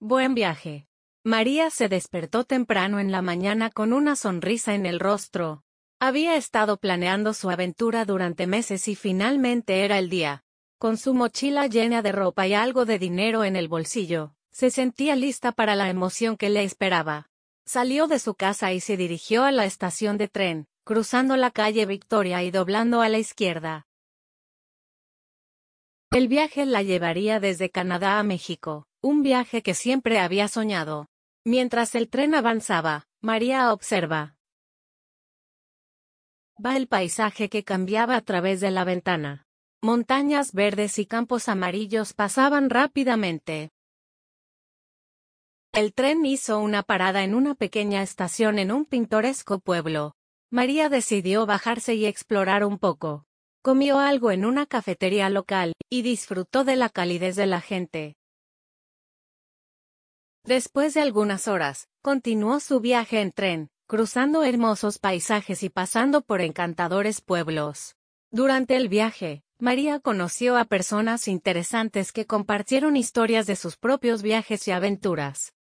Buen viaje. María se despertó temprano en la mañana con una sonrisa en el rostro. Había estado planeando su aventura durante meses y finalmente era el día. Con su mochila llena de ropa y algo de dinero en el bolsillo, se sentía lista para la emoción que le esperaba. Salió de su casa y se dirigió a la estación de tren, cruzando la calle Victoria y doblando a la izquierda. El viaje la llevaría desde Canadá a México, un viaje que siempre había soñado. Mientras el tren avanzaba, María observa el paisaje que cambiaba a través de la ventana. Montañas verdes y campos amarillos pasaban rápidamente. El tren hizo una parada en una pequeña estación en un pintoresco pueblo. María decidió bajarse y explorar un poco. Comió algo en una cafetería local, y disfrutó de la calidez de la gente. Después de algunas horas, continuó su viaje en tren, cruzando hermosos paisajes y pasando por encantadores pueblos. Durante el viaje, María conoció a personas interesantes que compartieron historias de sus propios viajes y aventuras.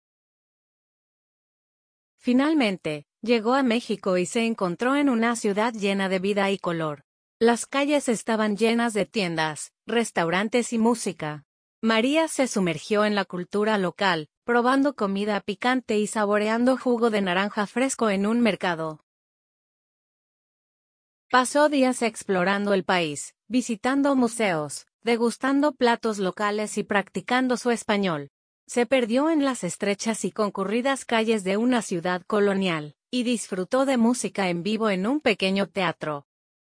Finalmente, llegó a México y se encontró en una ciudad llena de vida y color. Las calles estaban llenas de tiendas, restaurantes y música. María se sumergió en la cultura local, probando comida picante y saboreando jugo de naranja fresco en un mercado. Pasó días explorando el país, visitando museos, degustando platos locales y practicando su español. Se perdió en las estrechas y concurridas calles de una ciudad colonial, y disfrutó de música en vivo en un pequeño teatro.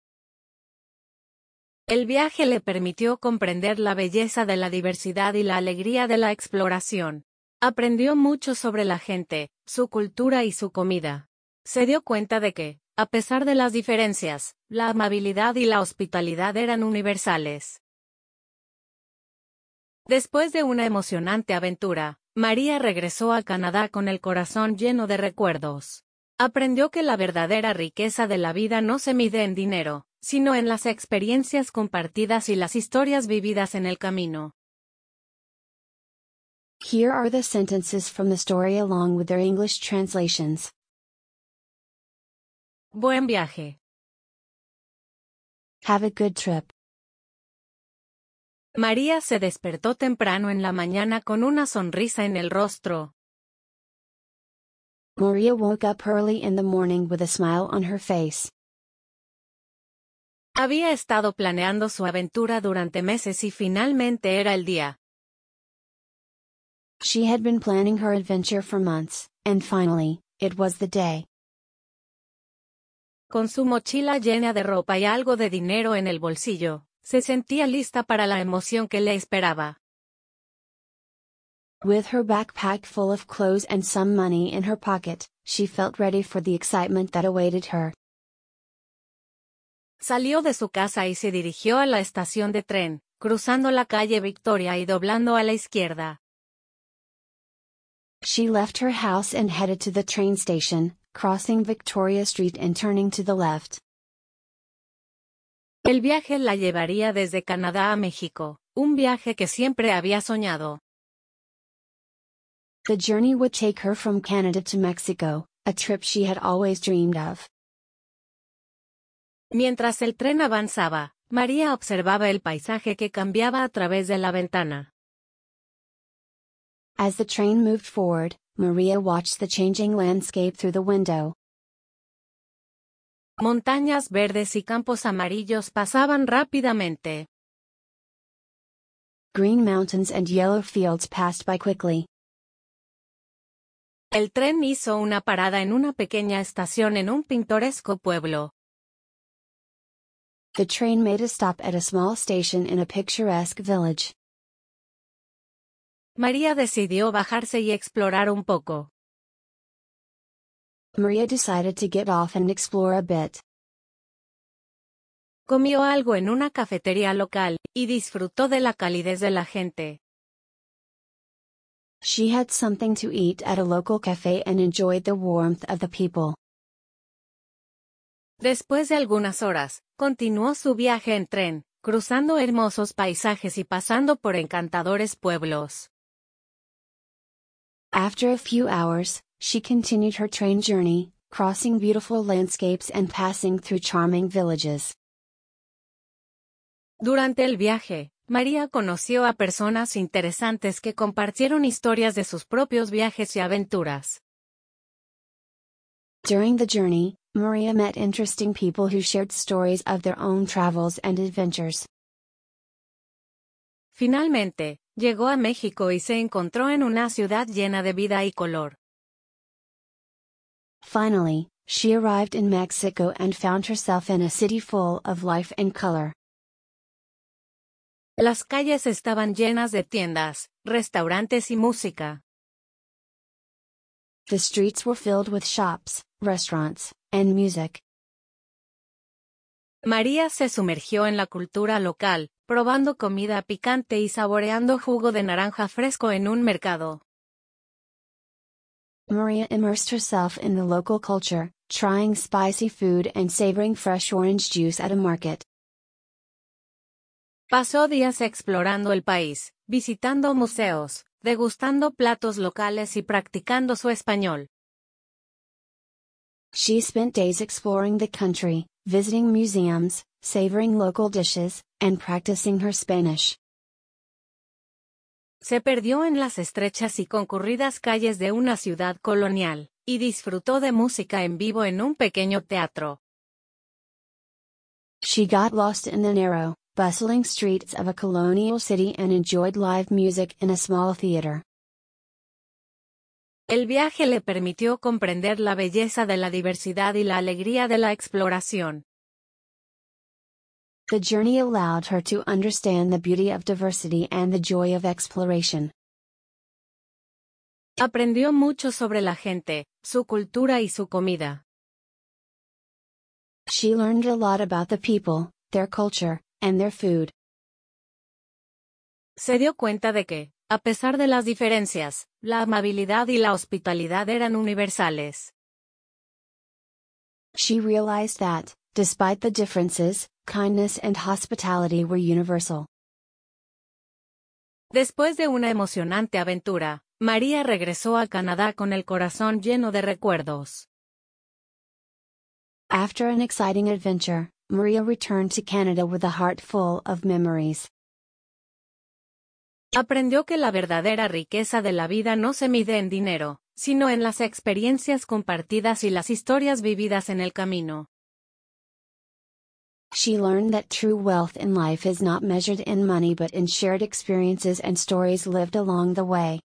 El viaje le permitió comprender la belleza de la diversidad y la alegría de la exploración. Aprendió mucho sobre la gente, su cultura y su comida. Se dio cuenta de que, a pesar de las diferencias, la amabilidad y la hospitalidad eran universales. Después de una emocionante aventura, María regresó a Canadá con el corazón lleno de recuerdos. Aprendió que la verdadera riqueza de la vida no se mide en dinero, sino en las experiencias compartidas y las historias vividas en el camino. Here are the sentences from the story along with their English translations. Buen viaje. Have a good trip. María se despertó temprano en la mañana con una sonrisa en el rostro. Maria woke up early in the morning with a smile on her face. Había estado planeando su aventura durante meses y finalmente era el día. She had been planning her adventure for months, and finally, it was the day. Con su mochila llena de ropa y algo de dinero en el bolsillo, se sentía lista para la emoción que le esperaba. With her backpack full of clothes and some money in her pocket, she felt ready for the excitement that awaited her. Salió de su casa y se dirigió a la estación de tren, cruzando la calle Victoria y doblando a la izquierda. She left her house and headed to the train station, crossing Victoria Street and turning to the left. El viaje la llevaría desde Canadá a México, un viaje que siempre había soñado. The journey would take her from Canada to Mexico, a trip she had always dreamed of. Mientras el tren avanzaba, María observaba el paisaje que cambiaba a través de la ventana. As the train moved forward, Maria watched the changing landscape through the window. Montañas verdes y campos amarillos pasaban rápidamente. Green mountains and yellow fields passed by quickly. El tren hizo una parada en una pequeña estación en un pintoresco pueblo. The train made a stop at a small station in a picturesque village. María decidió bajarse y explorar un poco. Maria decided to get off and explore a bit. Comió algo en una cafetería local, y disfrutó de la calidez de la gente. She had something to eat at a local cafe and enjoyed the warmth of the people. Después de algunas horas, continuó su viaje en tren, cruzando hermosos paisajes y pasando por encantadores pueblos. After a few hours, she continued her train journey, crossing beautiful landscapes and passing through charming villages. Durante el viaje, María conoció a personas interesantes que compartieron historias de sus propios viajes y aventuras. During the journey, Maria met interesting people who shared stories of their own travels and adventures. Finalmente, llegó a México y se encontró en una ciudad llena de vida y color. Finally, she arrived in Mexico and found herself in a city full of life and color. Las calles estaban llenas de tiendas, restaurantes y música. The streets were filled with shops, restaurants, and music. María se sumergió en la cultura local, probando comida picante y saboreando jugo de naranja fresco en un mercado. Maria immersed herself in the local culture, trying spicy food and savoring fresh orange juice at a market. Pasó días explorando el país, visitando museos, degustando platos locales y practicando su español. She spent days exploring the country, visiting museums, savoring local dishes, and practicing her Spanish. Se perdió en las estrechas y concurridas calles de una ciudad colonial, y disfrutó de música en vivo en un pequeño teatro. She got lost in the narrow, bustling streets of a colonial city and enjoyed live music in a small theater. El viaje le permitió comprender la belleza de la diversidad y la alegría de la exploración. The journey allowed her to understand the beauty of diversity and the joy of exploration. Aprendió mucho sobre la gente, su cultura y su comida. She learned a lot about the people, their culture, and their food. Se dio cuenta de que, a pesar de las diferencias, la amabilidad y la hospitalidad eran universales. She realized that, despite the differences, kindness and hospitality were universal. Después de una emocionante aventura, María regresó a Canadá con el corazón lleno de recuerdos. After an exciting adventure, Maria returned to Canada with a heart full of memories. Aprendió que la verdadera riqueza de la vida no se mide en dinero, sino en las experiencias compartidas y las historias vividas en el camino. She learned that true wealth in life is not measured in money but in shared experiences and stories lived along the way.